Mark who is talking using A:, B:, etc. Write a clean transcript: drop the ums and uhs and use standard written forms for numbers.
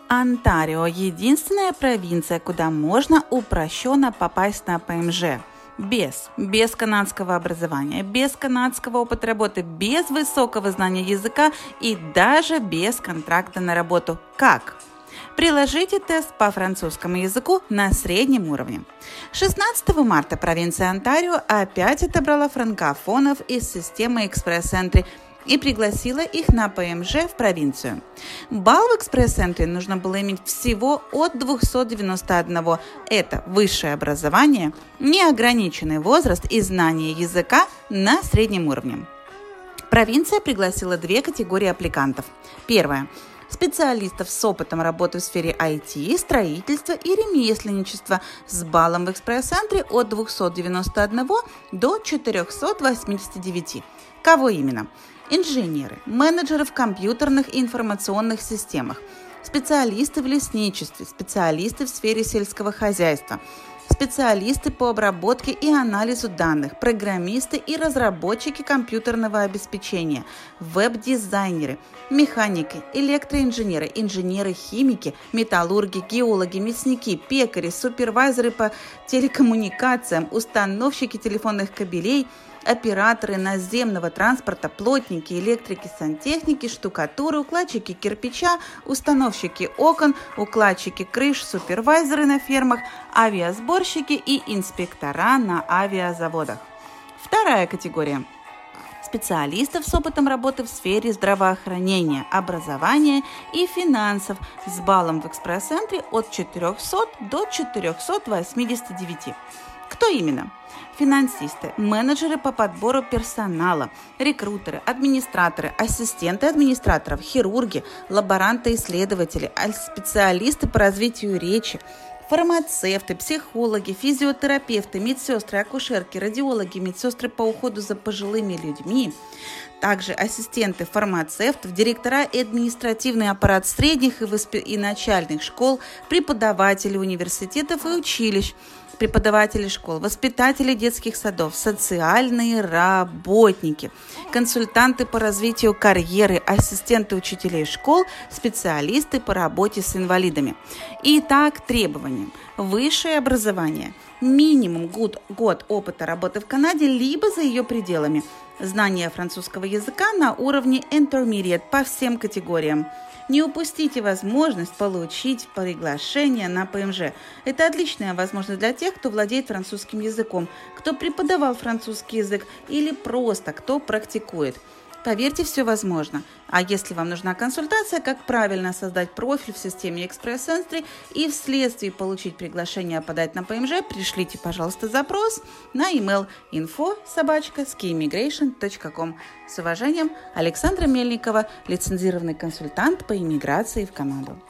A: Онтарио – единственная провинция, куда можно упрощенно попасть на ПМЖ. Без канадского образования, без канадского опыта работы, без высокого знания языка и даже без контракта на работу. Как? Приложите тест по французскому языку на среднем уровне. 16 марта провинция Онтарио опять отобрала франкофонов из системы экспресс-энтри и пригласила их на ПМЖ в провинцию. Балл в экспресс-центре нужно было иметь всего от 291. Это высшее образование, неограниченный возраст и знание языка на среднем уровне. Провинция пригласила две категории аппликантов. Первая – специалистов с опытом работы в сфере IT, строительства и ремесленничества с баллом в экспресс-центре от 291 до 489. Кого именно? Инженеры, менеджеры в компьютерных и информационных системах, специалисты в лесничестве, специалисты в сфере сельского хозяйства, специалисты по обработке и анализу данных, программисты и разработчики компьютерного обеспечения, веб-дизайнеры, механики, электроинженеры, инженеры-химики, металлурги, геологи, мясники, пекари, супервайзеры по телекоммуникациям, установщики телефонных кабелей, операторы наземного транспорта, плотники, электрики, сантехники, штукатуры, укладчики кирпича, установщики окон, укладчики крыш, супервайзеры на фермах, авиасборщики и инспектора на авиазаводах. Вторая категория – специалистов с опытом работы в сфере здравоохранения, образования и финансов с баллом в экспресс-центре от 400 до 489. Кто именно? Финансисты, менеджеры по подбору персонала, рекрутеры, администраторы, ассистенты администраторов, хирурги, лаборанты-исследователи, специалисты по развитию речи, фармацевты, психологи, физиотерапевты, медсестры, акушерки, радиологи, медсестры по уходу за пожилыми людьми, также ассистенты фармацевтов, директора и административный аппарат средних и начальных школ, преподаватели университетов и училищ, преподаватели школ, воспитатели детских садов, социальные работники, консультанты по развитию карьеры, ассистенты учителей школ, специалисты по работе с инвалидами. Итак, требования. Высшее образование, минимум год опыта работы в Канаде, либо за ее пределами. Знание французского языка на уровне Intermediate по всем категориям. Не упустите возможность получить приглашение на ПМЖ. Это отличная возможность для тех, кто владеет французским языком, кто преподавал французский язык или просто кто практикует. Поверьте, все возможно. А если вам нужна консультация, как правильно создать профиль в системе экспресс-центре и вследствие получить приглашение подать на ПМЖ, пришлите, пожалуйста, запрос на email info@skiimmigration.com. С уважением, Александра Мельникова, лицензированный консультант по иммиграции в Канаду.